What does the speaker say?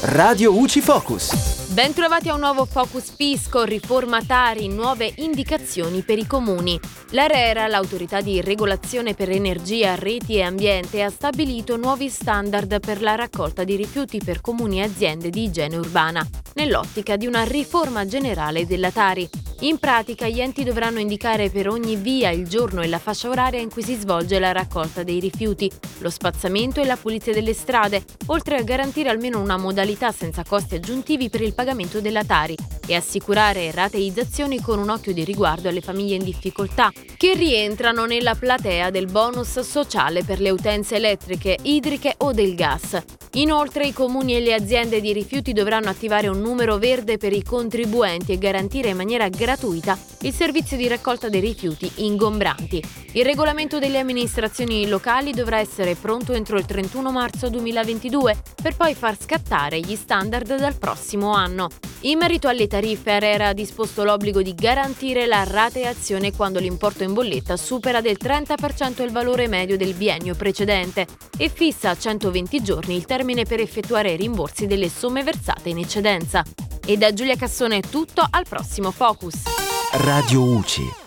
Radio UCI Focus. Ben trovati a un nuovo Focus Fisco, riforma Tari, nuove indicazioni per i comuni. L'ARERA, l'autorità di regolazione per energia, reti e ambiente, ha stabilito nuovi standard per la raccolta di rifiuti per comuni e aziende di igiene urbana, nell'ottica di una riforma generale della Tari. In pratica, gli enti dovranno indicare per ogni via il giorno e la fascia oraria in cui si svolge la raccolta dei rifiuti, lo spazzamento e la pulizia delle strade, oltre a garantire almeno una modalità senza costi aggiuntivi per il pagamento della Tari e assicurare rateizzazioni con un occhio di riguardo alle famiglie in difficoltà, che rientrano nella platea del bonus sociale per le utenze elettriche, idriche o del gas. Inoltre, i comuni e le aziende di rifiuti dovranno attivare un numero verde per i contribuenti e garantire in maniera gratuita il servizio di raccolta dei rifiuti ingombranti. Il regolamento delle amministrazioni locali dovrà essere pronto entro il 31 marzo 2022 per poi far scattare gli standard dal prossimo anno. In merito alle tariffe, ARERA ha disposto l'obbligo di garantire la rateazione quando l'importo in bolletta supera del 30% il valore medio del biennio precedente e fissa a 120 giorni il termine per effettuare i rimborsi delle somme versate in eccedenza. E da Giulia Cassone è tutto, al prossimo Focus. Radio UCI.